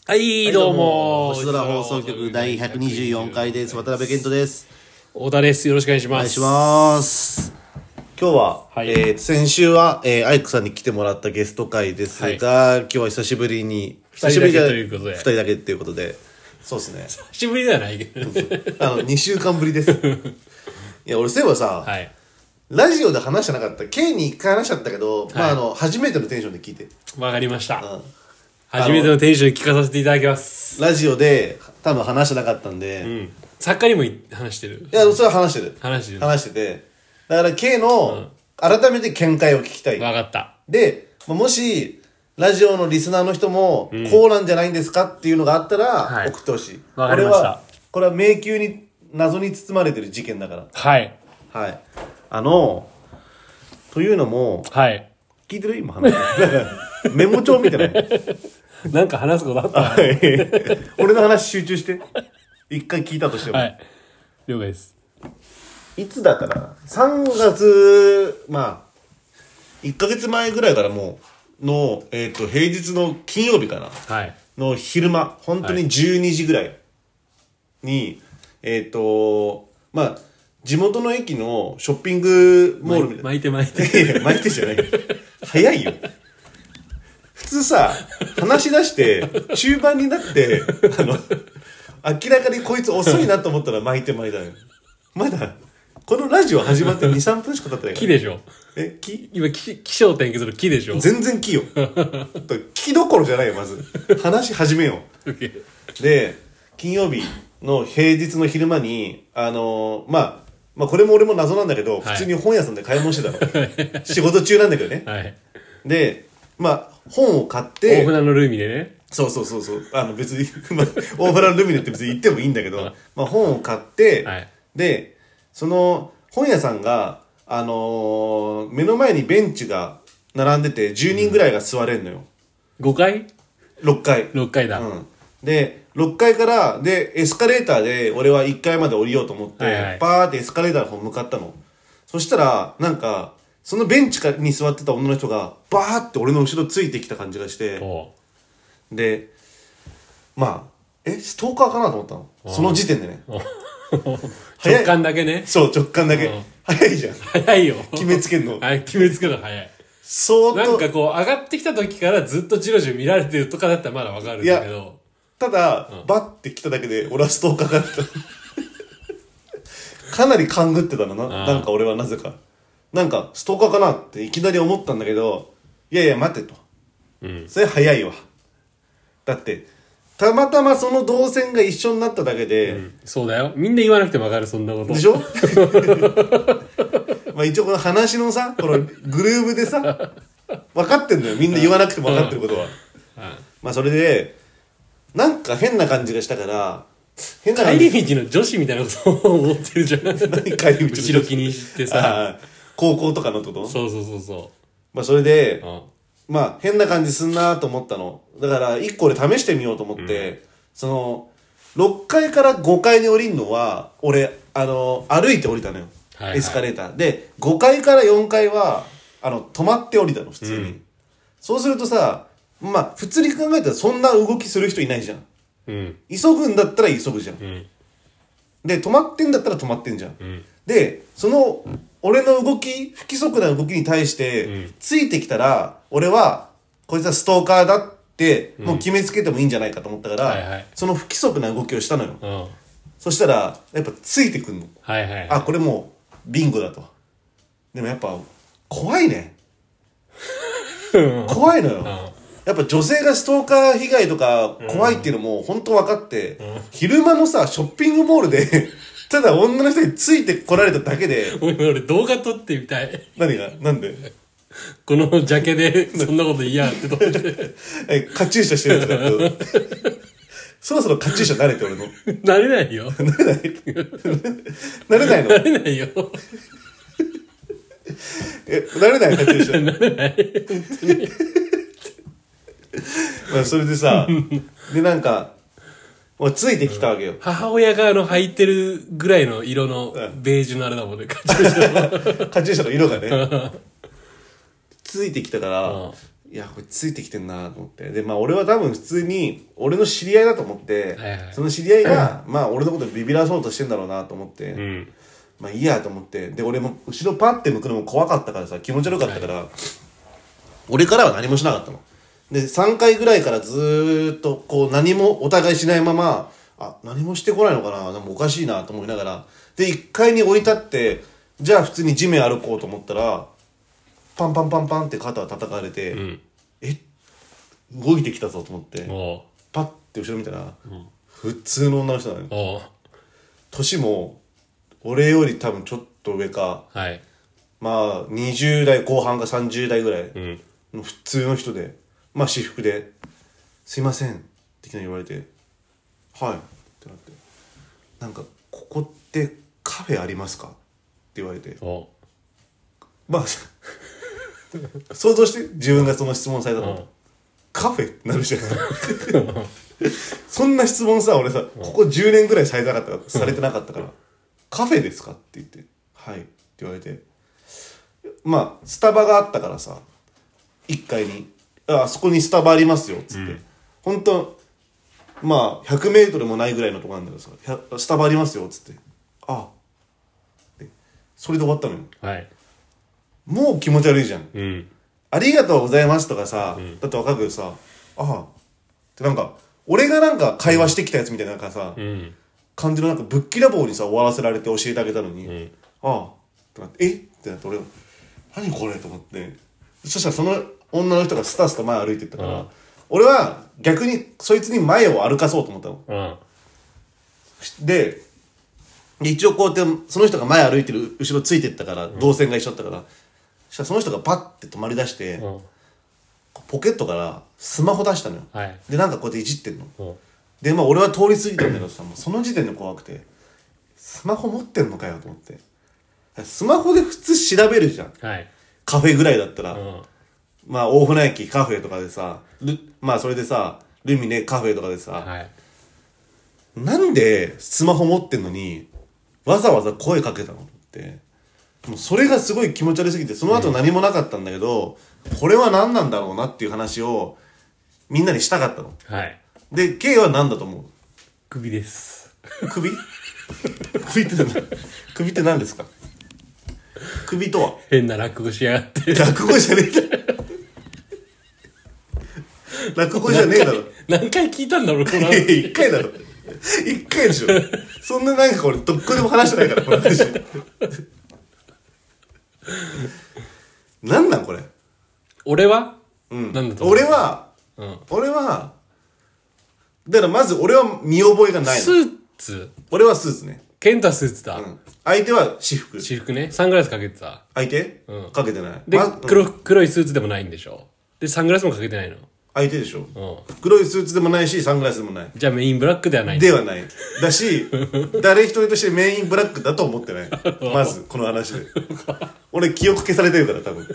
はい、どうも。 星空放送局第124回です。渡辺健人です。 太田です。よろしくお願いします。 お願いします。今日は、先週は、アイクさんに来てもらったゲスト会ですが、今日は久しぶりに、 2人だけということで。 2人だけということで、そうですね。 久しぶりではないけど。 2週間ぶりです。いや、俺そういえばさ、ラジオで話してなかった。K に1回話しちゃったけど、初めてのテンションで聞いて。 わかりました。初めてのテンションで聞かさせていただきます。 ラジオで多分話してなかったんで、 作家にも話してる。 いや、それは話してる。 話してて。だから K の、改めて見解を聞きたい。 わかった。 で、もし、ラジオのリスナーの人も、こうなんじゃないんですかっていうのがあったら、送ってほしい。 わかりました。 これは迷宮に、謎に包まれてる事件だから。 はい。 はい。というのも、 はい。 聞いてる今話。メモ帳見てないなんか話すことあった俺の話集中して。一回聞いたとしても。 はい。了解です。 いつだったかな ?3 月、1ヶ月前ぐらいからもう、平日の金曜日かな、 はい。 の昼間、本当に12時ぐらいに、地元の駅のショッピングモールみたいな。 巻いて。 いや、巻いてじゃない。早いよ。普通さ、話し出して、中盤になって、明らかにこいつ遅いなと思ったら巻いて巻いたのよ。まだ、このラジオ始まって2、3分しか経ってないから。 木でしょ。 木今、気象点結する木でしょ。 全然木よ。木どころじゃないよ、まず。話し始めよう。で、金曜日の平日の昼間に、これも俺も謎なんだけど、普通に本屋さんで買い物してたの。仕事中なんだけどね。 はい。 で、本を買って。 大船のルミネね。 そう。別に、大船のルミネって別に言ってもいいんだけど、本を買って、で、その、本屋さんが、目の前にベンチが並んでて、10人ぐらいが座れんのよ。 5階 ?6 階。 6階だ。 で、6階から、で、エスカレーターで俺は1階まで降りようと思って、パーってエスカレーターの方向かったの。そしたら、なんか、そのベンチに座ってた女の人が、バーって俺の後ろついてきた感じがして、で、ストーカーかなと思ったの。その時点でね。 直感だけね。 そう、直感だけ。早いじゃん。 早いよ。 決めつけんの。 決めつけるの早い。なんかこう、上がってきた時からずっとじろじろ見られてるとかだったらまだわかるんだけど。 ただ、バッて来ただけで、俺はストーカーかなと。かなり勘ぐってたのな。なんか俺はなぜか。なんか、ストーカーかなっていきなり思ったんだけど、いや、待てと。それ早いわ。だって、たまたまその動線が一緒になっただけで、 そうだよ。みんな言わなくてもわかる、そんなこと。 でしょ一応この話のさ、このグルーブでさ、分かってんのよ。みんな言わなくても分かってることは。それで、なんか変な感じがしたから、 帰り道の女子みたいなことを思ってるじゃん。 何帰り道後ろ気にしてさ。 高校とかのってこと？ そう。 それで、変な感じすんなと思ったの。だから、1個で試してみようと思って、6階から5階に降りるのは、俺、歩いて降りたのよ。エスカレーター。で、5階から4階は、止まって降りたの、普通に。そうするとさ、普通に考えたらそんな動きする人いないじゃん。急ぐんだったら急ぐじゃん。で、止まってんだったら止まってんじゃん。で、俺の動き、不規則な動きに対して、ついてきたら、俺は、こいつはストーカーだって、もう決めつけてもいいんじゃないかと思ったから、その不規則な動きをしたのよ。そしたら、やっぱついてくんの。これもう、ビンゴだと。でもやっぱ、怖いね。怖いのよ。やっぱ女性がストーカー被害とか怖いっていうのも本当分かって、昼間のさ、ショッピングモールで、ただ女の人について来られただけで。 俺動画撮ってみたい。 何がなんでこのジャケでそんなこと言いやがって撮って。 カチューシャしてるやつだけど。そろそろカチューシャ慣れて俺の。 慣れないよ。 慣れないの慣れないよ。 慣れないカチューシャ。 慣れない。本当に。 それでさ、でなんか、ついてきたわけよ。 母親が履いてるぐらいの色のベージュのあれだもんね、カチューシャの。 カチューシャの色がね。ついてきたから、 いやこれついてきてんなと思って、でまあ俺は多分普通に俺の知り合いだと思って、 はいはい、 その知り合いがまあ俺のことビビらそうとしてんだろうなと思って、 うん、 まあいいやと思って、で俺も後ろパッて向くのも怖かったからさ、気持ち悪かったから、はい、俺からは何もしなかったので、3回ぐらいからずーっとこう何もお互いしないまま、あ何もしてこないのかな、でもおかしいなと思いながら、で1階に降り立って、じゃあ普通に地面歩こうと思ったらパンパンパンパンって肩を叩かれて、うん、動いてきたぞと思ってパッて後ろ見たら、うん、普通の女の人なのよ。年も俺より多分ちょっと上か、はい、まあ20代後半か30代ぐらいの普通の人で、まあ私服で「すいません」っていきなり言われて「はい」ってなって「なんかここってカフェありますか?」って言われて、まあ想像して自分がその質問されたの、カフェってなるじゃんそんな質問さ俺さここ10年ぐらいされてなかったからカフェですかって言ってはいって言われて、まあスタバがあったからさ1階にあそこにスタバありますよっつって、うん、本当まあ100メートルもないぐらいのとこなんだけどさスタバありますよっつってあでそれで終わったのよ、はい、もう気持ち悪いじゃん、うん、ありがとうございますとかさ、うん、だって分かるけどさああってなんか俺がなんか会話してきたやつみたいななんかさ、うん、感じのなんかぶっきらぼうにさ終わらせられて教えてあげたのに、うん、ああってなってってなって俺何これと思って、そしたらその女の人がスタスタ前歩いてったから、うん、俺は逆にそいつに前を歩かそうと思ったの、うん、で一応こうやってその人が前歩いてる後ろついてったから、うん、動線が一緒だったから、そしたらその人がパッて止まり出して、うん、ポケットからスマホ出したのよ、はい、でなんかこうやっていじってんの、うん、でまあ俺は通り過ぎたんだけどさもうその時点で怖くてスマホ持ってんのかよと思って、スマホで普通調べるじゃん、はい、カフェぐらいだったら、うん、まあ大船駅カフェとかでさまあそれでさルミネカフェとかでさ、はい、なんでスマホ持ってんのにわざわざ声かけたのって、もうそれがすごい気持ち悪すぎて、その後何もなかったんだけど、これは何なんだろうなっていう話をみんなにしたかったの。はい。で、K は何だと思う？ 首です。 首？首って何？首って何ですか？首とは？ 変な落語しやがって。 落語じゃねえだろ。落語じゃねえだろ。 何回聞いたんだろうこの話。 1回だろ。1回でしょ。そんななんかこれどっこでも話してないからこの話。なんなんこれ。 俺は、 うん、なんだと思う。俺はだからまず俺は見覚えがないの。 スーツ。 俺はスーツね。 ケンタスーツだ、うん、 相手は私服。 私服ね。サングラスかけてた。 相手、うん、かけてないで、黒いスーツでもないんでしょ。でサングラスもかけてないの。 相手でしょ、うん、黒いスーツでもないしサングラスでもない。 じゃあメインブラックではない。 ではないだし誰一人としてメインブラックだと思ってないまずこの話で俺記憶消されてるから多分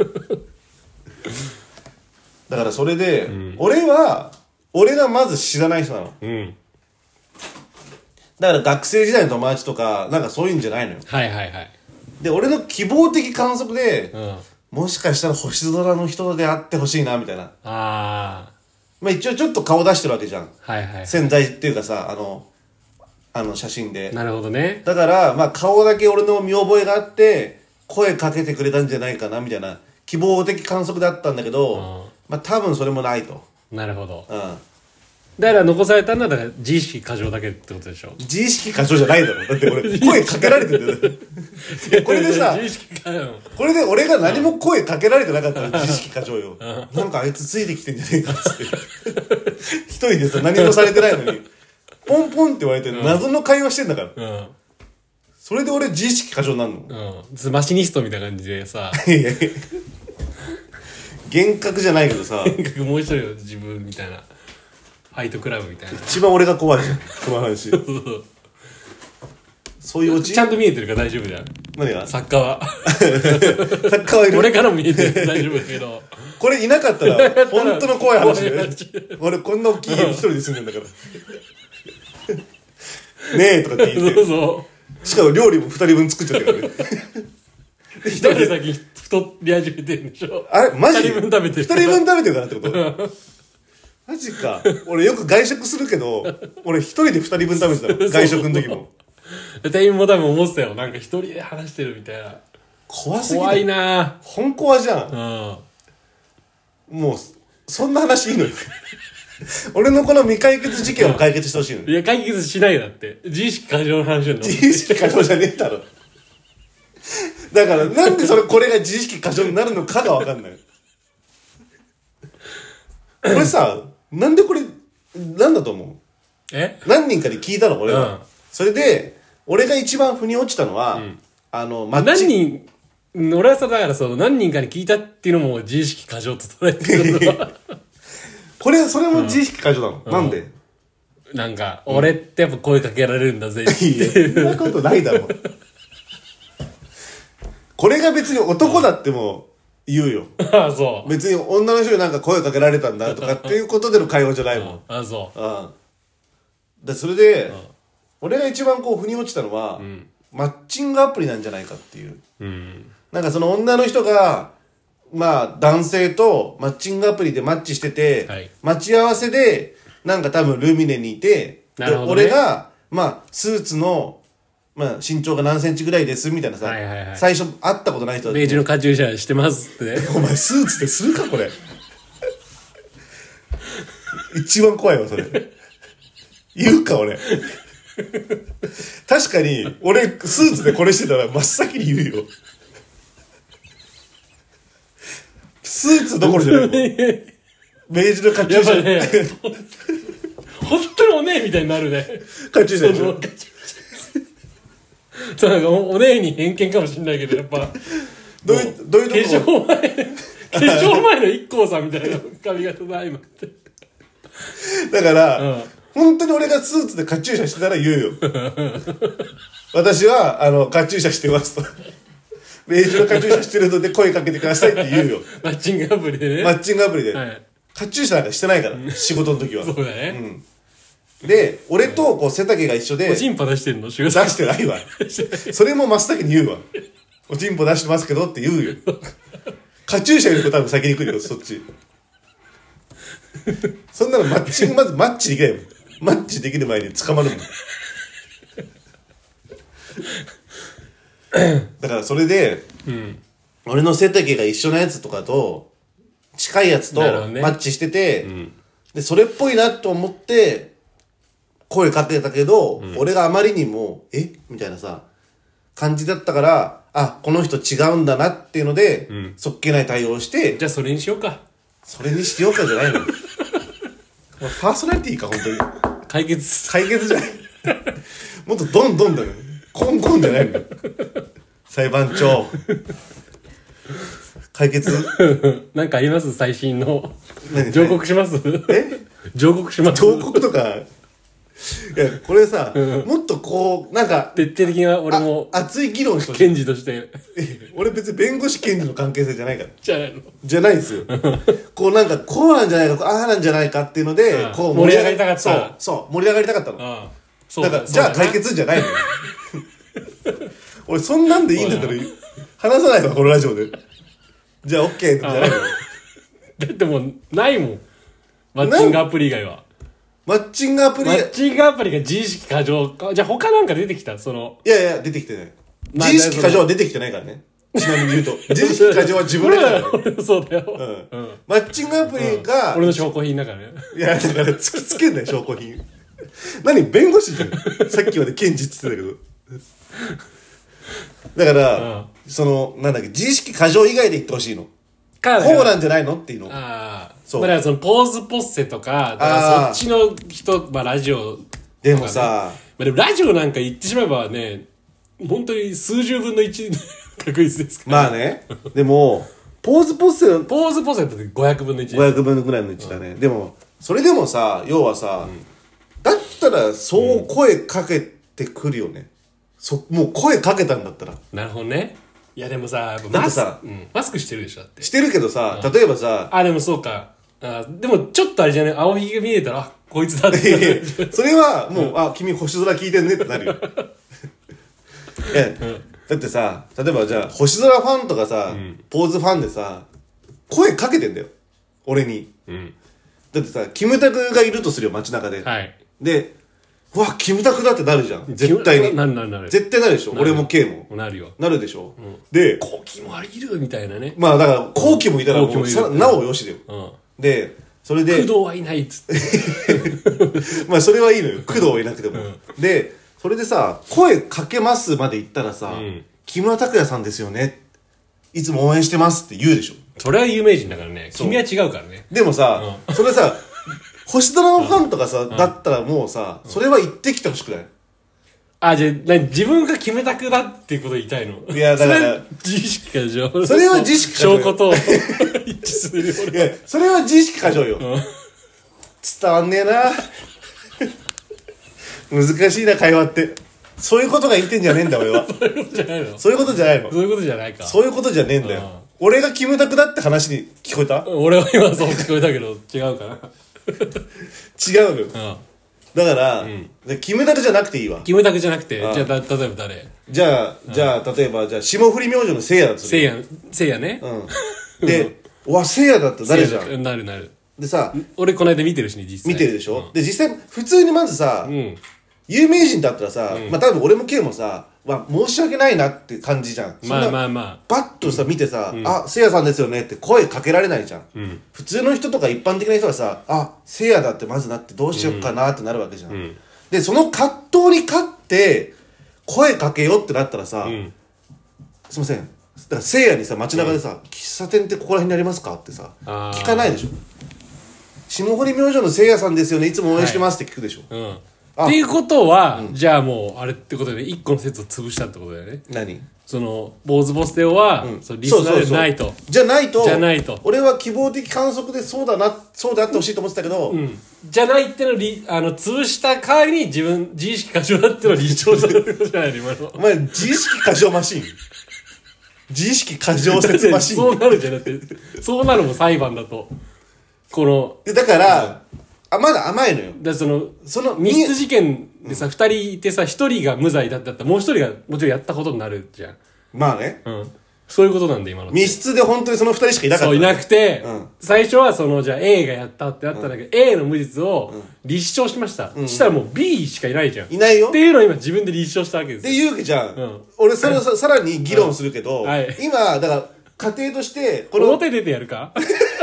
だからそれで、うん、俺がまず知らない人なの、うん、だから学生時代の友達とかなんかそういうんじゃないのよ。 はいはいはい。 で俺の希望的観測で、うんもしかしたら星空の人であってほしいなみたいな。まあ一応ちょっと顔出してるわけじゃん。はいはい、はい。潜在っていうかさ、あの写真で。 なるほどね。 だからまあ顔だけ俺の見覚えがあって声かけてくれたんじゃないかなみたいな希望的観測だったんだけど、まあ多分それもないと。 なるほど。うん。だから残されたのはだから自意識過剰だけってことでしょ。 自意識過剰じゃないだろ。だって俺声かけられてるんだよ。これでさ、これで俺が何も声かけられてなかったら自意識過剰よ。なんかあいつついてきてんじゃねえかっつって。一人でさ何もされてないのにポンポンって言われて謎の会話してんだから。うん、それで俺自意識過剰なんの。 うん。マシニストみたいな感じでさ。 幻覚じゃないけどさ。 幻覚もう一人の自分みたいな。ファイトクラブみたいな。 一番俺が怖いじゃんこの話。そういうオチちゃんと見えてるから大丈夫だよ。 何が作家は作家はいる。 俺からも見えてる大丈夫だけどこれいなかったら本当の怖い話だよ。俺こんな大きい家に一人で住んでんだからねえとかって言ってそうしかも料理も2人分作っちゃったからね一人で先太り始めてるんでしょ。 あれマジ二人分食べてる。 二人分食べてるからってことマジか。俺よく外食するけど、俺一人で二人分食べてたの。外食の時も。 店員も多分思ってたよ。なんか一人で話してるみたいな。 怖すぎる。 怖いな本コアじゃん。もう、そんな話いいのに。俺のこの未解決事件を解決してほしいのに。 いや、解決しないだって。自意識過剰の話なの。 自意識過剰じゃねえだろ。だから、なんでこれが自意識過剰になるのかがわかんない。これさ、なんでこれ、なんだと思う？何人かに聞いたの、俺は。それで、俺が一番腑に落ちたのは、 何人、俺はさ、だから何人かに聞いたっていうのも自意識過剰と捉えてるのは。 それも自意識過剰なの。なんで？ なんか、俺ってやっぱ声かけられるんだぜっていう。そんなことないだろ。これが別に男だっても言うよ。 ああ、そう。 別に女の人になんか声かけられたんだとかっていうことでの会話じゃないもん。 ああ、そう。 それで、俺が一番こう腑に落ちたのは、マッチングアプリなんじゃないかっていう。なんかその女の人が、まあ男性とマッチングアプリでマッチしてて、待ち合わせで、なんか多分ルミネにいて、で俺が、まあスーツの、まあ身長が何センチぐらいですみたいなさ、最初会ったことない人だベージュのカチューシャしてますってね。 お前スーツでするかこれ。一番怖いわそれ。言うか俺。確かに俺スーツでこれしてたら真っ先に言うよ。スーツどころじゃないもん。ベージュのカチューシャ。 ね、本当におねえみたいになるね。 カチューシャでしょ。 そうなんかおねえに偏見かもしれないけど、やっぱ。 どういうとこ化粧前のIKKOさんみたいな髪型だ、今って。 だから、本当に俺がスーツでカチューシャしてたら言うよ。私は、カチューシャしてますと。ベージュのカチューシャしてるので声かけてくださいって言うよ。 マッチングアプリでね。 マッチングアプリで。カチューシャなんかしてないから、仕事の時は。 そうだね。 で、俺とこう背丈が一緒で。 おちんぽ出してんの？ 出してないわ。それも真っ先に言うわ。おちんぽ出してますけどって言うよ。カチューシャよりも多分先に来るよ、そっち。そんなのマッチングまずマッチできないもん。マッチできる前に捕まるもん。だからそれで、俺の背丈が一緒のやつとかと近いやつとマッチしてて、でそれっぽいなと思って声かけたけど、俺があまりにもみたいなさ感じだったから、あ、この人違うんだなっていうので、そっけない対応して、 じゃあそれにしようか。 それにしようかじゃないの。パーソナリティか本当に。解決じゃない。もっとどんどんだよ。コンコンじゃないの。裁判長。解決なんかあります最新の。上告します？上告します？ 上告とか。いや、これさ、もっとこう、なんか。 徹底的には俺も。 熱い議論してほしい。 検事として。 俺別に弁護士検事の関係性じゃないから。 じゃないの？ じゃないですよ。こうなんか、こうなんじゃないか、ああなんじゃないかっていうので、こう盛り上がりたかった。 そう、盛り上がりたかったの。だから、じゃあ解決じゃないのよ。俺そんなんでいいんだったら、話さないわ、このラジオで。じゃあ OK じゃないのよ。 だってもう、ないもん。マッチングアプリ以外は。 マッチングアプリが自意識過剰か。じゃあ他なんか出てきたいや、出てきてない。自意識過剰は出てきてないからね。ちなみに言うと。自意識過剰は自分だからね。 そうだよ。 マッチングアプリが。 俺の証拠品だからね。いや、 だから突きつけんなよ、証拠品。何弁護士じゃん。さっきまで検事って言ってたけど。だから、なんだっけ、自意識過剰以外で言ってほしいの。こうなんじゃないのっていうの。 そう。だからポーズポッセとか、だからそっちの人、ラジオ、 でもさ、 でもラジオなんか言ってしまえばね、本当に数十分の1確率ですから。 まあね。でも、ポーズポッセって500分の1。 500分ぐらいの1だね。でも、それでもさ、要はさ、だったらそう声かけてくるよね。もう声かけたんだったら。 なるほどね。いやでもさ、マスクしてるでしょだって。 してるけどさ、例えばさ。 でもそうか。でもちょっとあれじゃね、青ひげ見えたら、こいつだって。 それはもう、君星空聞いてんねってなるよ。 だってさ、例えばじゃあ、星空ファンとかさ、ポーズファンでさ、声かけてんだよ。俺に。だってさ、キムタクがいるとするよ、街中で。 はい。 で、うわ、キムタクだってなるじゃん。絶対に。 なる。 絶対なるでしょ。俺も K も。 なるよ。 なるでしょ。で、 後期もいるみたいなね。 まあだから、後期もいたらもう、なおよしだよ。で、それで。 工藤はいないっつって。 まあそれはいいのよ。工藤はいなくても。で、それでさ、声かけますまで言ったらさ、木村拓哉さんですよね。いつも応援してますって言うでしょ。 それは有名人だからね。君は違うからね。 でもさ、それさ、星ドラのファンとかさ、だったらもうさ、それは言ってきてほしくない？ あ、じゃあ、自分がキムタクだっていうこと言いたいの？ いや、だから。 自意識過剰。 それは自意識過剰。 証拠と一致するよ。 いや、それは自意識過剰よ。伝わんねえな。難しいな、会話って。そういうことが言ってんじゃねえんだ、俺は。 そういうことじゃないの？ そういうことじゃないの。 そういうことじゃないか。 そういうことじゃねえんだよ。俺がキムタクだって話に聞こえた？ 俺は今そう聞こえたけど、違うかな。 違うのよ。だから、キムタクじゃなくていいわ。 キムタクじゃなくて、じゃあ、例えば誰？ じゃあ、例えば、じゃあ、霜降り明星のせいやだとする。 せいやね。 で、うわ、せいやだって誰じゃん。 なる。 でさ、 俺この間見てるしね、実際。 見てるでしょ？で、実際、普通にまずさ、有名人だったらさ、まあ多分俺も K もさ、申し訳ないなって感じじゃん。 まあ。 バッとさ、見てさ、あ、せいやさんですよねって声かけられないじゃん。普通の人とか一般的な人はさ、あ、せいやだってまずなってどうしようかなってなるわけじゃん。で、その葛藤に勝って、声かけようってなったらさ、すいません。だからせいやにさ、街中でさ、喫茶店ってここら辺にありますかってさ、聞かないでしょ。霜降り明星のせいやさんですよね、いつも応援してますって聞くでしょ。 っていうことは、じゃあもう、あれってことで、一個の説を潰したってことだよね。 何？ その、坊主ボステオは、リスナーでないと。 じゃないと。俺は希望的観測でそうであってほしいと思ってたけど、 じゃないっての潰した代わりに自意識過剰だってのを立証したってことじゃないの、今の。 お前、自意識過剰マシン。自意識過剰説マシン。 そうなるじゃなくて、そうなるもん、裁判だと。この。 だから、まだ甘いのよ。 その密室事件でさ、二人いてさ、一人が無罪だったら、もう一人がもちろんやったことになるじゃん。 まあね。 そういうことなんで、今の。 密室で本当にその二人しかいなかった。 そう、いなくて、最初はじゃあ A がやったってあったんだけど、A の無実を立証しました。したらもう B しかいないじゃん。 いないよ。 っていうのを今自分で立証したわけですよ。 って言うじゃん。俺、それをさらに議論するけど、今、だから、家庭として、 表出てやるか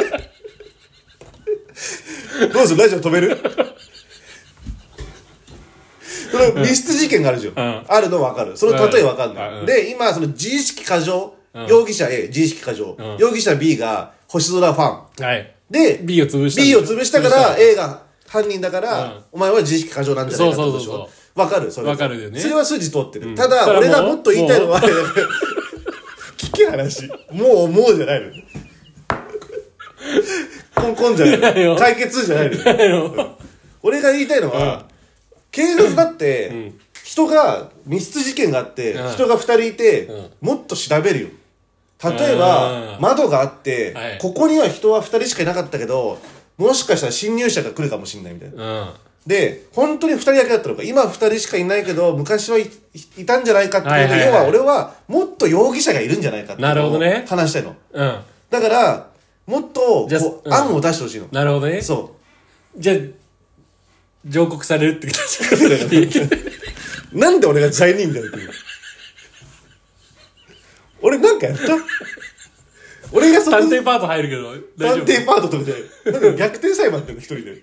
どうする？ラジオ止める？その密室事件があるじゃん。あるの分かる。その例え分かんない。で、今、その自意識過剰、容疑者 A、自意識過剰、容疑者 B が星空ファン。で、 B を潰したから、A が犯人だから、お前は自意識過剰なんじゃないかってことでしょ。分かる、それ。 分かるよね。 それは筋通ってる。ただ、俺がもっと言いたいのは、聞け話。もうじゃないの。コンじゃないの。解決じゃないの。俺が言いたいのは、警察だって、人が、密室事件があって、人が2人いて、もっと調べるよ。例えば、窓があって、ここには人は2人しかいなかったけど、もしかしたら侵入者が来るかもしれないみたいな。で、本当に2人だけだったのか、今は2人しかいないけど、昔はいたんじゃないかってことで、要は俺は、もっと容疑者がいるんじゃないかって話したいの。だから、もっと案を出してほしいの。 なるほどね。 そう。 じゃあ、上告されるってなんで俺が罪人みたいなって言うの？俺なんかやった？俺が探偵パート入るけど大丈夫？探偵パートとかじゃない。なんか逆転裁判ってんの一人で。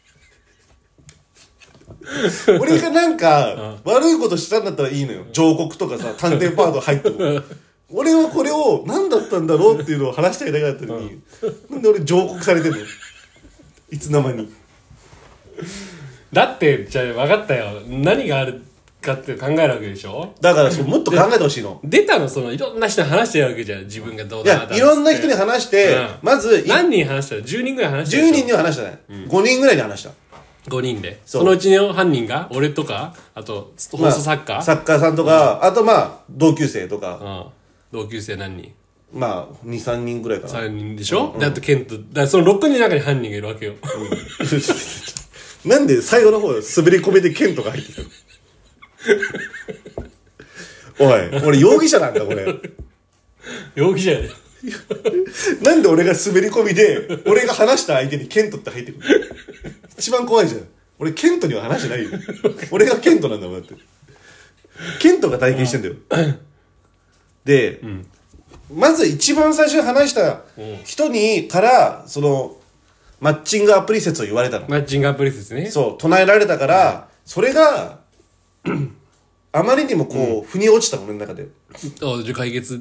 俺がなんか悪いことしたんだったらいいのよ。上告とかさ、探偵パート入っても。俺はこれを何だったんだろうっていうのを話したいだけだったのに、なんで俺上告されてんの？いつの間に。 だって、じゃあ分かったよ。何があるかって考えるわけでしょ？ だからもっと考えてほしいの。 出たのいろんな人に話してるわけじゃん。自分がどうだいや、いろんな人に話して、まず、 何人話したの？ 10 人ぐらい話した 10人には話したね。5人ぐらいに話した。 5人で。そのうちの犯人が俺とか、あと、放送作家、 作家さんとか、あと同級生とか。 同級生何人 2、3人ぐらいかな。 3人でしょ？だってケント、その6人の中に犯人がいるわけよ。 なんで最後の方滑り込みでケントが入ってきたの？ おい、俺容疑者なんだ、これ。 容疑者やで。 なんで俺が滑り込みで、俺が話した相手にケントって入ってくるの？一番怖いじゃん。俺ケントには話してないよ。俺がケントなんだもん、だって。ケントが体験してんだよ。で、まず一番最初に話した人から、その、マッチングアプリ説を言われたの。 マッチングアプリ説ね。 そう、唱えられたから、それが、あまりにもこう、腑に落ちたの、俺の中で。 じゃあ解決。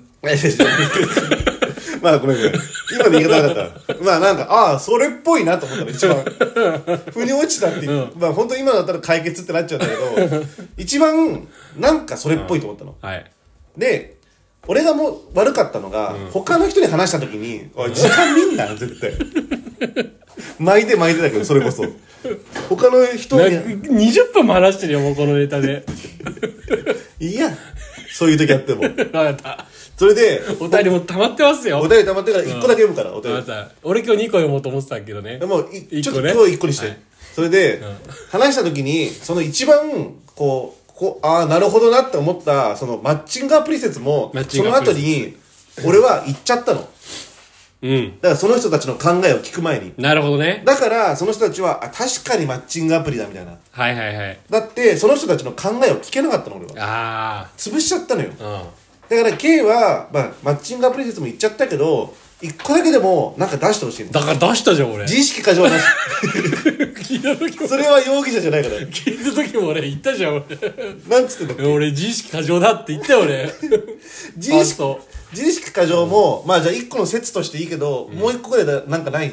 まあごめん。今の言い方なかった。まあなんか、それっぽいなと思ったの、一番。腑に落ちたっていう。まあ本当に今だったら解決ってなっちゃうんだけど、一番、なんかそれっぽいと思ったの。 はい。 で、俺がもう悪かったのが、他の人に話した時に、おい、時間見んな、絶対。巻いてだけど、それこそ。他の人に。 20分も話してるよ、もうこのネタで。 いいや、そういう時あっても。 わかった。 それで、 お便りも溜まってますよ。 お便り溜まってから1個だけ読むから、お便り。 俺今日2個読もうと思ってたけどね。 もう、ちょっと今日1個にして。それで、話した時に、その一番、なるほどなって思った、そのマッチングアプリ説も、その後に、俺は言っちゃったの。 うん。 だからその人たちの考えを聞く前に。 なるほどね。 だから、その人たちは、確かにマッチングアプリだ、みたいな。 はいはいはい。 だって、その人たちの考えを聞けなかったの、俺あは。潰しちゃったのよ。 あ。うん。 だから K は、まあ、マッチングアプリ説も言っちゃったけど、一個だけでもなんか出してほしいの。 だから出したじゃん俺。 自意識過剰はなし。 聞いた時もそれは容疑者じゃないから。 聞いた時も俺言ったじゃん俺。 なんつってんだっけ？ 俺自意識過剰だって言ったよ俺。 自意識過剰も、まあじゃあ一個の説としていいけど、もう一個ぐらいなんかない？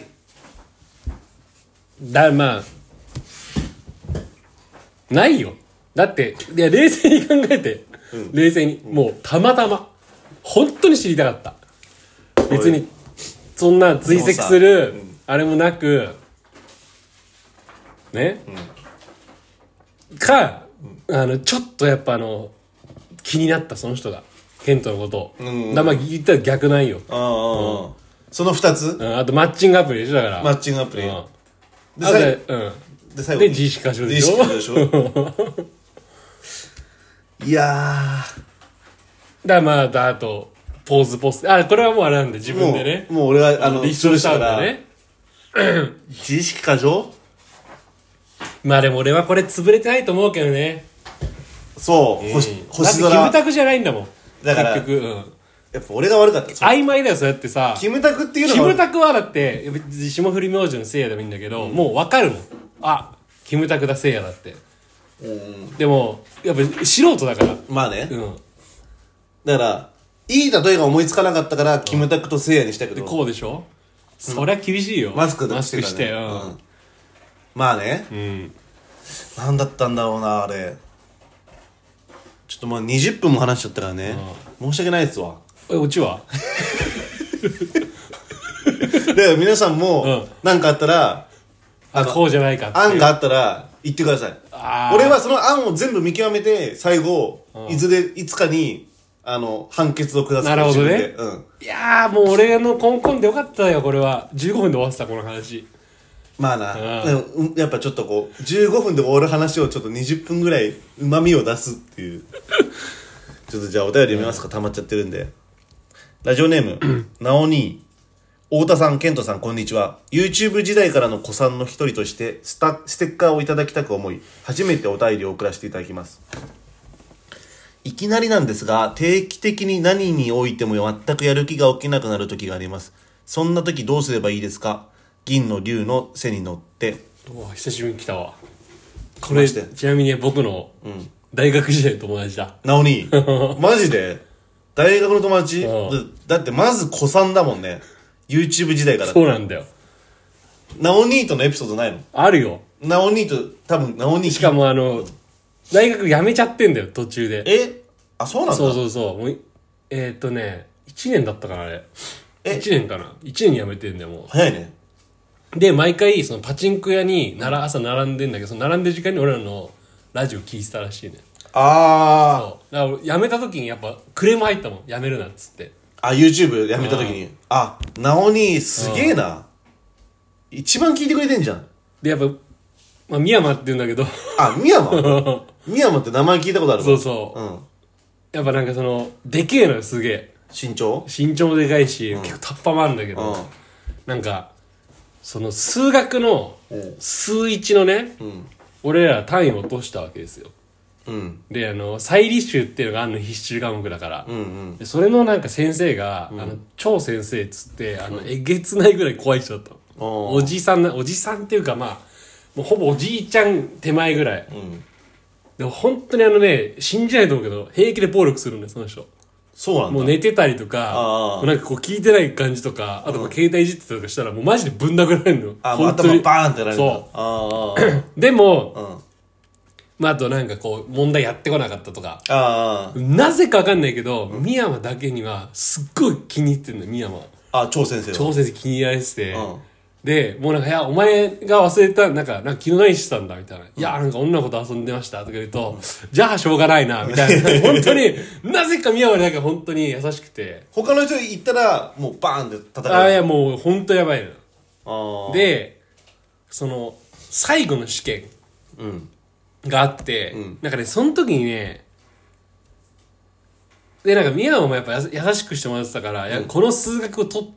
まあないよ。だっていや冷静に考えて、冷静にもうたまたま本当に知りたかった。別にそんな追跡するあれもなくね、かちょっとやっぱ気になったその人がケントのことを、まあ言ったら逆なんよ。 その2つ、 あとマッチングアプリでしょだからマッチングアプリ、 で最後に自意識過剰でしょ。 いやーだまああとポーズポストこれはもうあれなんで自分でねもう俺は立証したんだね。 自意識過剰。 まあでも俺はこれ潰れてないと思うけどね。 そう、星空。 だってキムタクじゃないんだもん。 だから結局、 やっぱ俺が悪かった。 曖昧だよそうやってさ。 キムタクっていうのはキムタクはだって霜降り明星のせいやでもいいんだけど、もう分かるもん。キムタクだせいやだって。でもやっぱ素人だから。 まあね。だからいい例えが思いつかなかったからキムタクとせいやにしたけど。 こうでしょ。そりゃ厳しいよ。 マスクして。 まあね。なんだったんだろうなあれ。ちょっともう20分も話しちゃったからね。申し訳ないですわ。 オチはで皆さんも何かあったらこうじゃないかって案があったら言ってください。俺はその案を全部見極めて最後いつかに判決を下す。 なるほどね。いやーもう俺のコンコンでよかったよこれは。15分で終わってたこの話。 まあな、でもやっぱちょっとこう15分で終わる話をちょっと20分ぐらい旨味を出すっていうちょっとじゃあお便り読みますか、溜まっちゃってるんで。ラジオネームなおに太田さん、ケントさん、こんにちは。 YouTube 時代からの子さんの一人としてステッカーをいただきたく思い初めてお便りを送らせていただきます。いきなりなんですが、定期的に何においても全くやる気が起きなくなる時があります。そんな時どうすればいいですか？銀の竜の背に乗って。 久しぶりに来たわ。これちなみに僕の大学時代の友達だ。 なおにマジで大学の友達？だってまず子さんだもんね。 YouTube 時代から。 そうなんだよ。 なおにとのエピソードないの？ あるよ。 なおにと多分なおにしかも大学辞めちゃってんだよ途中で。 そうなんだ。 そうもう1年だったかなあれ。1年かな。1年に辞めてんだよもう。 早いね。 で毎回そのパチンコ屋に朝並んでんだけど、その並んでる時間に俺らのラジオ聞いてたらしいね。そうだから辞めた時にやっぱクレーム入ったもん、辞めるなっつって。 YouTube 辞めた時になおにすげえな。一番聞いてくれてんじゃん。 でやっぱ深山って言うんだけど深山深山って名前聞いたことあるわ。 そうやっぱなんかそのでけえのよすげえ身長もでかいし、結構タッパもあるんだけど、なんかその数学の数1のね、俺ら単位を落としたわけですよ。で再履修っていうのがあるの必修科目だから、でそれのなんか先生が、超先生っつってえげつないぐらい怖い人だったの。おじさんっていうかまあもうほぼおじいちゃん手前ぐらい、でも本当に信じないと思うけど平気で暴力するんだよその人。 そうなんだ。 もう寝てたりとかなんかこう聞いてない感じとか、あと携帯いじってたりとかしたらもうマジでぶん殴られるのよ。 本当に頭バーンってやられる。 そうでも、まあ、あとなんかこう問題やってこなかったとか、なぜかわかんないけど、深山だけにはすっごい気に入ってるのよ。深山張先生は張先生気に入られてて、でもうなんか「いやお前が忘れたなんか昨日何してたんだ」みたいな「いやなんか女の子と遊んでました」とか言うと「じゃあしょうがないな」みたいな本当になぜか深山なんか本当に優しくて、 他の人行ったらもうバーンって叩かれる。 いやもう本当やばいの。でその最後の試験があって、なんかねその時にねでなんか深山もやっぱ優しくしてもらってたから、この数学を取って、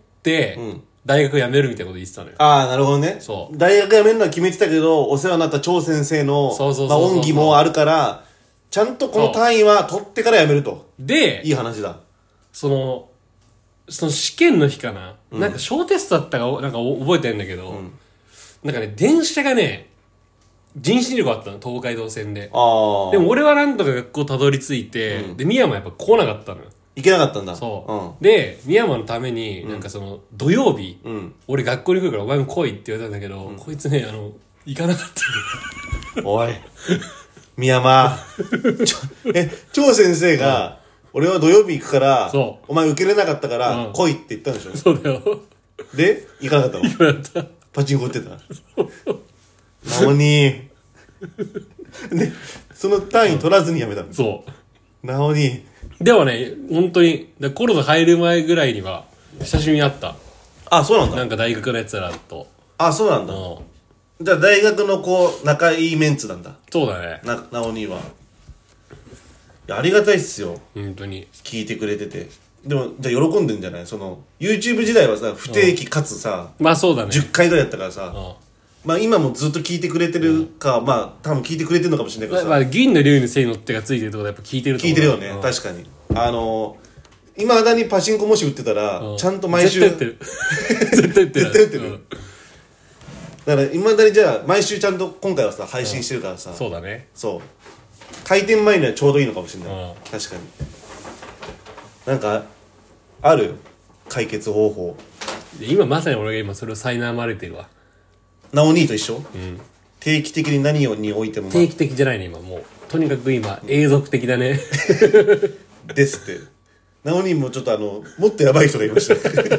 大学辞めるみたいなこと言ってたのよ。 なるほどね。 そう。 大学辞めるのは決めてたけど、お世話になった張先生の恩義もあるから、ちゃんとこの単位は取ってから辞めると。 で、 いい話だ。 その試験の日かな、なんか小テストだったかなんか覚えてないんだけど、なんかね電車がね人身事故あったの東海道線で。でも俺はなんとか学校たどり着いて、で深山やっぱ来なかったのよ。 行けなかったんだ。 そう。で深山のためになんかその土曜日、俺学校に来るからお前も来いって言われたんだけど、こいつね行かなかったおい深山張先生が、俺は土曜日行くからお前受けれなかったから来いって言ったんでしょ。 そうだよ。 で行かなかったの。 行かなかった。 パチンコ売ってた。なのにでその単位取らずに辞めたの。 そうなのにでもね本当にコロナ入る前ぐらいには久しぶりに会った。 そうなんだ。 なんか大学のやつらと。 そうなんだ。じゃあ大学の仲いいメンツなんだ。 そうだね。 なおには。いやありがたいっすよ。 本当に聞いてくれてて。でもじゃあ喜んでんじゃない？その YouTube 時代はさ不定期かつさ、 まあそうだね。 10回ぐらいやったからさ。まあ今もずっと聞いてくれてるか、まあ多分聞いてくれてるのかもしれないけどさ。 まあ銀の竜に背の手がついてるところやっぱ聞いてると思う。 聞いてるよね、確かに。いまだにパチンコもし売ってたら、ちゃんと毎週絶対売ってる絶対売ってる絶対売ってる、だからいまだにじゃあ毎週ちゃんと今回はさ配信してるからさ、 そうだね。 そう開店前にはちょうどいいのかもしれない、確かに。なんかある解決方法。 今まさに俺が今それを苛まれてるわ。 なお兄と一緒、定期的に何においても、 定期的じゃないね今。もうとにかく今永続的だねですって。なお兄もちょっともっとやばい人がいました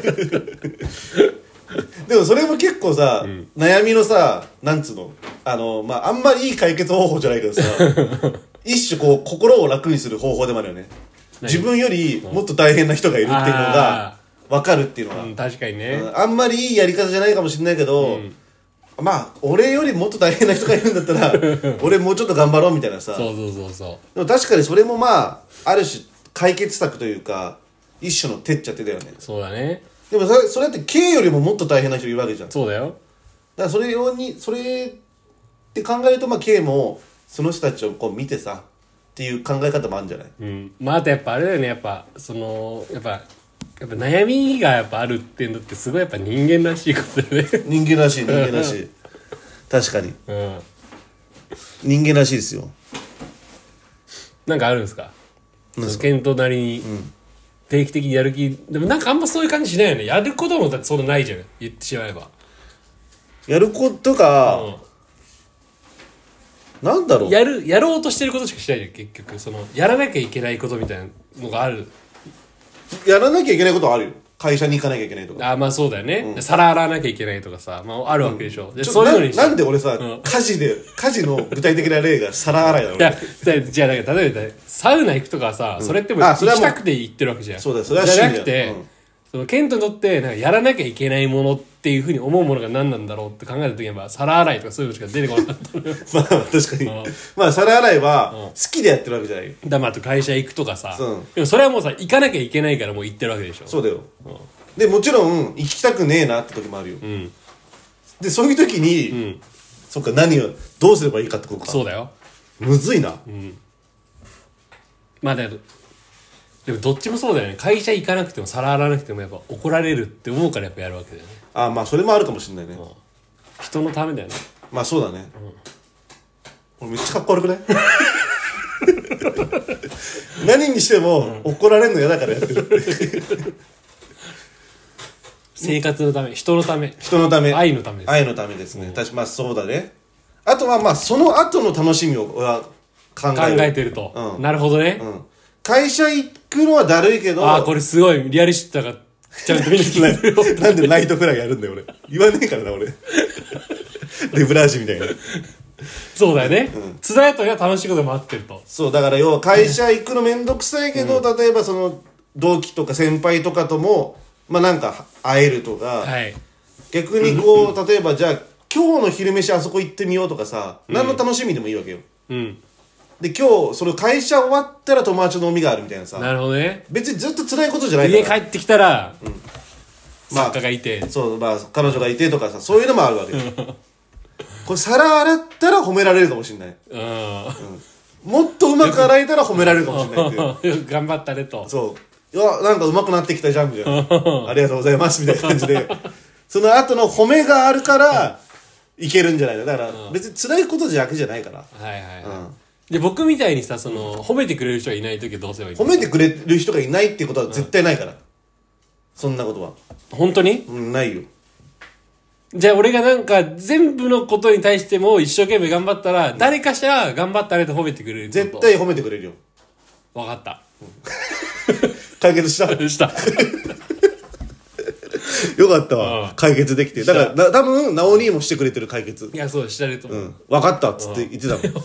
でもそれも結構さ、悩みのさなんつうのまああんまりいい解決方法じゃないけどさ一種心を楽にする方法でもあるよね。自分よりもっと大変な人がいるっていうのが分かるっていうのは、 確かにね、 あんまりいいやり方じゃないかもしれないけど、まあ俺よりもっと大変な人がいるんだったら俺もうちょっと頑張ろうみたいなさ。 そうでも確かにそれもまあある種解決策というか一種の手っちゃ手だよね。 そうだね。 でもそれって K よりももっと大変な人いるわけじゃん。 そうだよ。 だからそれって考えるとまあ K もその人たちを見てさっていう考え方もあるんじゃない？ まああとやっぱあれだよね。やっぱ悩みがやっぱあるっていうのってすごいやっぱ人間らしいことだよね人間らしい確かに、人間らしいですよ。 なんかあるんですか？ケントなりに定期的にやる気。でもなんかあんまそういう感じしないよね。やることもだってそんなないじゃん、言ってしまえば。 やることが、なんだろう、 やろうとしてることしかしないじゃん結局。やらなきゃいけないことみたいなのがある。 やらなきゃいけないことはあるよ。会社に行かなきゃいけないとか。 まあそうだよね、皿洗わなきゃいけないとかさ、まああるわけでしょ、でそういうのになんで俺さ、家事の具体的な例が皿洗いだろう。 いやじゃあだから例えばサウナ行くとかさ、それっても行きたくて行ってるわけじゃん。 そうだよ、それはじゃなくて、ケントにとってなんかやらなきゃいけないものっっていうふうに思うものが何なんだろうって考えた時には皿洗いとかそういうのしか出てこなかったのよまあ確かに、まあ皿洗いは好きでやってるわけじゃない。 だまああと会社行くとかさ、 うんでもそれはもうさ行かなきゃいけないからもう行ってるわけでしょ。 そうだよ、でもちろん行きたくねえなって時もあるよ、でそういう時に、そっか何をどうすればいいかってことか。 そうだよ。 むずいな、 まあでもどっちもそうだよね。会社行かなくても皿洗わなくてもやっぱ怒られるって思うからやっぱやるわけだよね。 あまあそれもあるかもしれないね、 人のためだよね。 まあそうだね、俺めっちゃかっこ悪くない何にしても怒られるの嫌だからやってる生活のため、人のため、 人のため、 愛のためです。 愛のためですね、確かまあそうだね。あとはまあその後の楽しみを俺は考えてると、 うんなるほどね、 会社行くのはだるいけど、 ああこれすごいリアルシッターがちゃんと見に来てるよなんでナイトフライやるんだよ俺。言わねえからな俺レブラージみたいな。 そうだよね、津田雇いは楽しいことも待ってると。 そうだから要は会社行くのめんどくさいけど、例えばその同期とか先輩とかともまあなんか会えるとか、 はい、 逆にこう例えばじゃあ今日の昼飯あそこ行ってみようとかさ、何の楽しみでもいいわけよ、で今日その会社終わったら友達の飲みがあるみたいなさ。 なるほどね。 別にずっと辛いことじゃないから家帰ってきたら、 まあ作家がいて、 そうまあ彼女がいてとかさ、そういうのもあるわけよこれ皿洗ったら褒められるかもしれない、もっとうまく洗えたら褒められるかもしれないっていう頑張ったねと。 そういやなんかうまくなってきたじゃんみたいなありがとうございますみたいな感じでその後の褒めがあるからいけるんじゃないの。だから別に辛いことだけじゃないから、 はいはい、で僕みたいにさその、褒めてくれる人がいない時はどうすればいいの。 褒めてくれる人がいないってことは絶対ないから、そんなことは本当に、 ないよ。 じゃあ俺がなんか全部のことに対しても一生懸命頑張ったら、誰かしら頑張ったねと褒めてくれる。 絶対褒めてくれるよ。 分かった、 解決したしたよかったわ、解決できて。だから多分ナオ兄もしてくれてる解決。 いやそうしてると思う、 分かったっつって言ってたも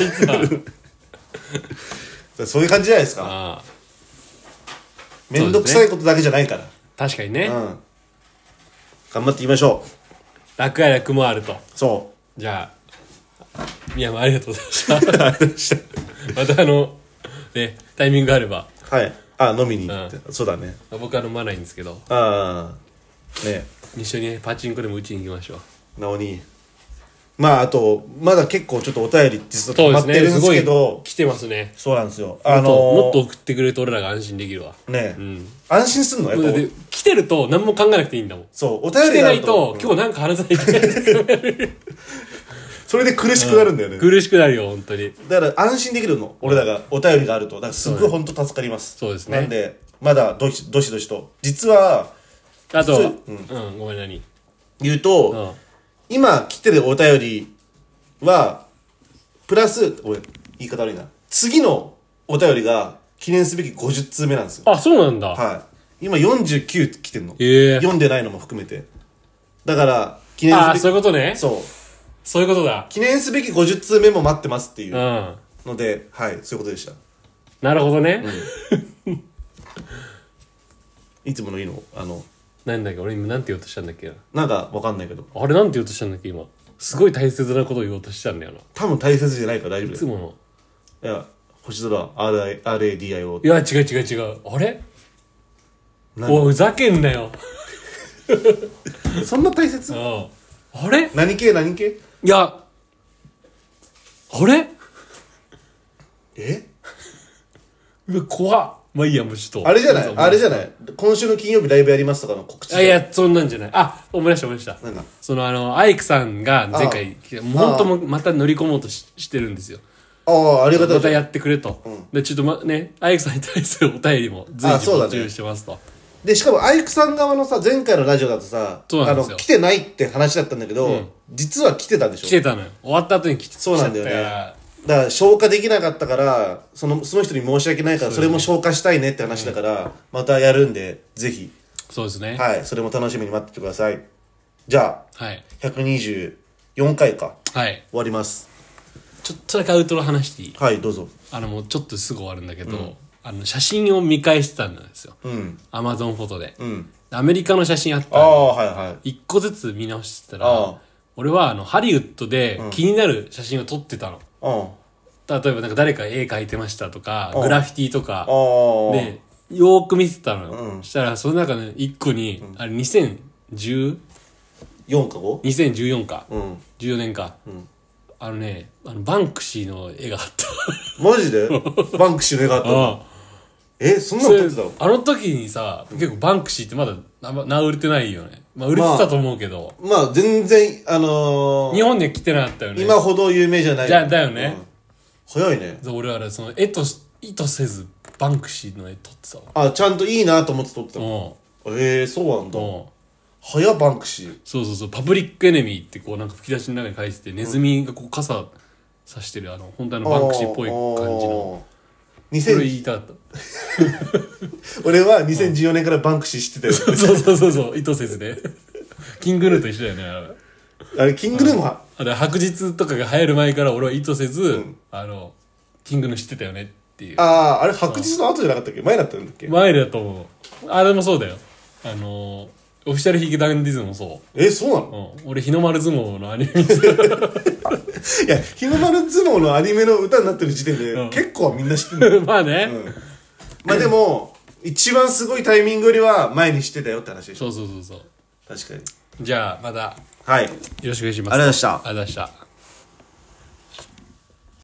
んそういう感じじゃないですか。めんどくさいことだけじゃないから、 確かにね、 頑張っていきましょう。 楽や楽もあると。 そうじゃあ宮山ありがとうございましたまたねタイミングがあれば、 はい飲みに行って、そうだね。 僕は飲まないんですけど、 ね一緒にパチンコでも打ちに行きましょう。 なおにまああとまだ結構ちょっとお便り実は溜まってるんですけど、 来てますね。 そうなんですよ。 もっと送ってくれると俺らが安心できるわね、安心すんのやっぱ来てると何も考えなくていいんだもん。 そうお便りがあると来てないと、今日なんか話さないといけないそれで苦しくなるんだよね、 苦しくなるよ本当に。 だから安心できるの、俺らがお便りがあると。だからすごい本当助かります。 そうですね。 なんでまだどしどしと実はあとごめん何言うと、今来てるお便りはプラス言い方悪いな、次のお便りが記念すべき50通目なんですよ。 あそうなんだ。 はい今49来てんの、読んでないのも含めて。だから記念すべき、 そういうことね。そういうことだ。 記念すべき50通目も待ってますっていうので、はいそういうことでした。 なるほどね、 いつものいいのなんだっけ俺今なんて言おうとしたんだっけ。 なんかわかんないけど、 あれなんて言おうとしたんだっけ今。すごい大切なことを言おうとしたんだよな。 多分大切じゃないから大丈夫だよ。 いつもの。 いや星空 RADIO。 いや違うあれおいふざけんなよそんな大切？ あれ何系？ いやあれうわ怖っ。まあいいやもうちょっとあれじゃない今週の金曜日ライブやりますとかの告知。 いやそんなんじゃない。思い出したなんかそのアイクさんが前回もう本当もまた乗り込もうとしてるんですよ。 ありがたい。 またやってくれと、でちょっとアイクさんに対するお便りも随時募集してますと。 でしかもアイクさん側のさ前回のラジオだとさ来てないって話だったんだけど、実は来てたでしょ。 来てたのよ。終わった後に来てた。 そうなんだよね。だから消化できなかったからその人に申し訳ないからそれも消化したいねって話だから、またやるんでぜひ。 そうですね。 はいそれも楽しみに待っててください。じゃあ、124回か。終わります。 ちょっとだけアウトロ話していい？ はいどうぞ。 もうちょっとすぐ終わるんだけど、 写真を見返してたんですよ。 うん。 アマゾンフォトで。 うん。 アメリカの写真あったああ、 んで、 はいはい。 一個ずつ見直してたあら、俺はハリウッドで気になる写真を撮ってたの。 うん。 例えばなんか誰か絵描いてましたとか、 うんグラフィティとか、 ああ。 で、よーく見てたのよ。 うんしたら、その中の一個に、あれ2014 4か 5？ か。 うん。 14年か。 んバンクシーの絵があった。 マジでバンクシーの絵があったの？そんなの撮ってたの？ あの時にさ、結構バンクシーってまだ名売れてないよね。まあ売れてたと思うけど。 まあ全然、 日本には来てなかったよね。 今ほど有名じゃない。 だよね。 早いね。 俺はその意図せずバンクシーの絵撮ってたわ。 あ、ちゃんといいなと思って撮ってたの。そうなんだ。早っバンクシー。 そう。パブリックエネミーってこうなんか吹き出しの中に書いてて、ネズミがこう傘さしてる本当のバンクシーっぽい感じの。それ言いたかった。 俺は2014年からバンクシー知ってたよ。 そう、意図せずね。キングヌーと一緒だよね。 あれ、キングヌーも白日とかが流行る前から俺は意図せず、キングヌー知ってたよねっていう。 あれ白日の後じゃなかったっけ？前だったんだっけ？ 前だと思う。あれもそうだよ。オフィシャルヒゲダンディズムもそう。 そうなの？ 俺、日の丸相撲のアニメ見てた。 いや、日の丸相撲のアニメの歌になってる時点で、結構みんな知ってる。 まあね。 まあでも、一番すごいタイミングよりは前に知ってたよって話でしょ。 そう。 確かに。 じゃあ、また。 はい。よよろしくお願いします。 ありがとうございました。 ありがとうございました。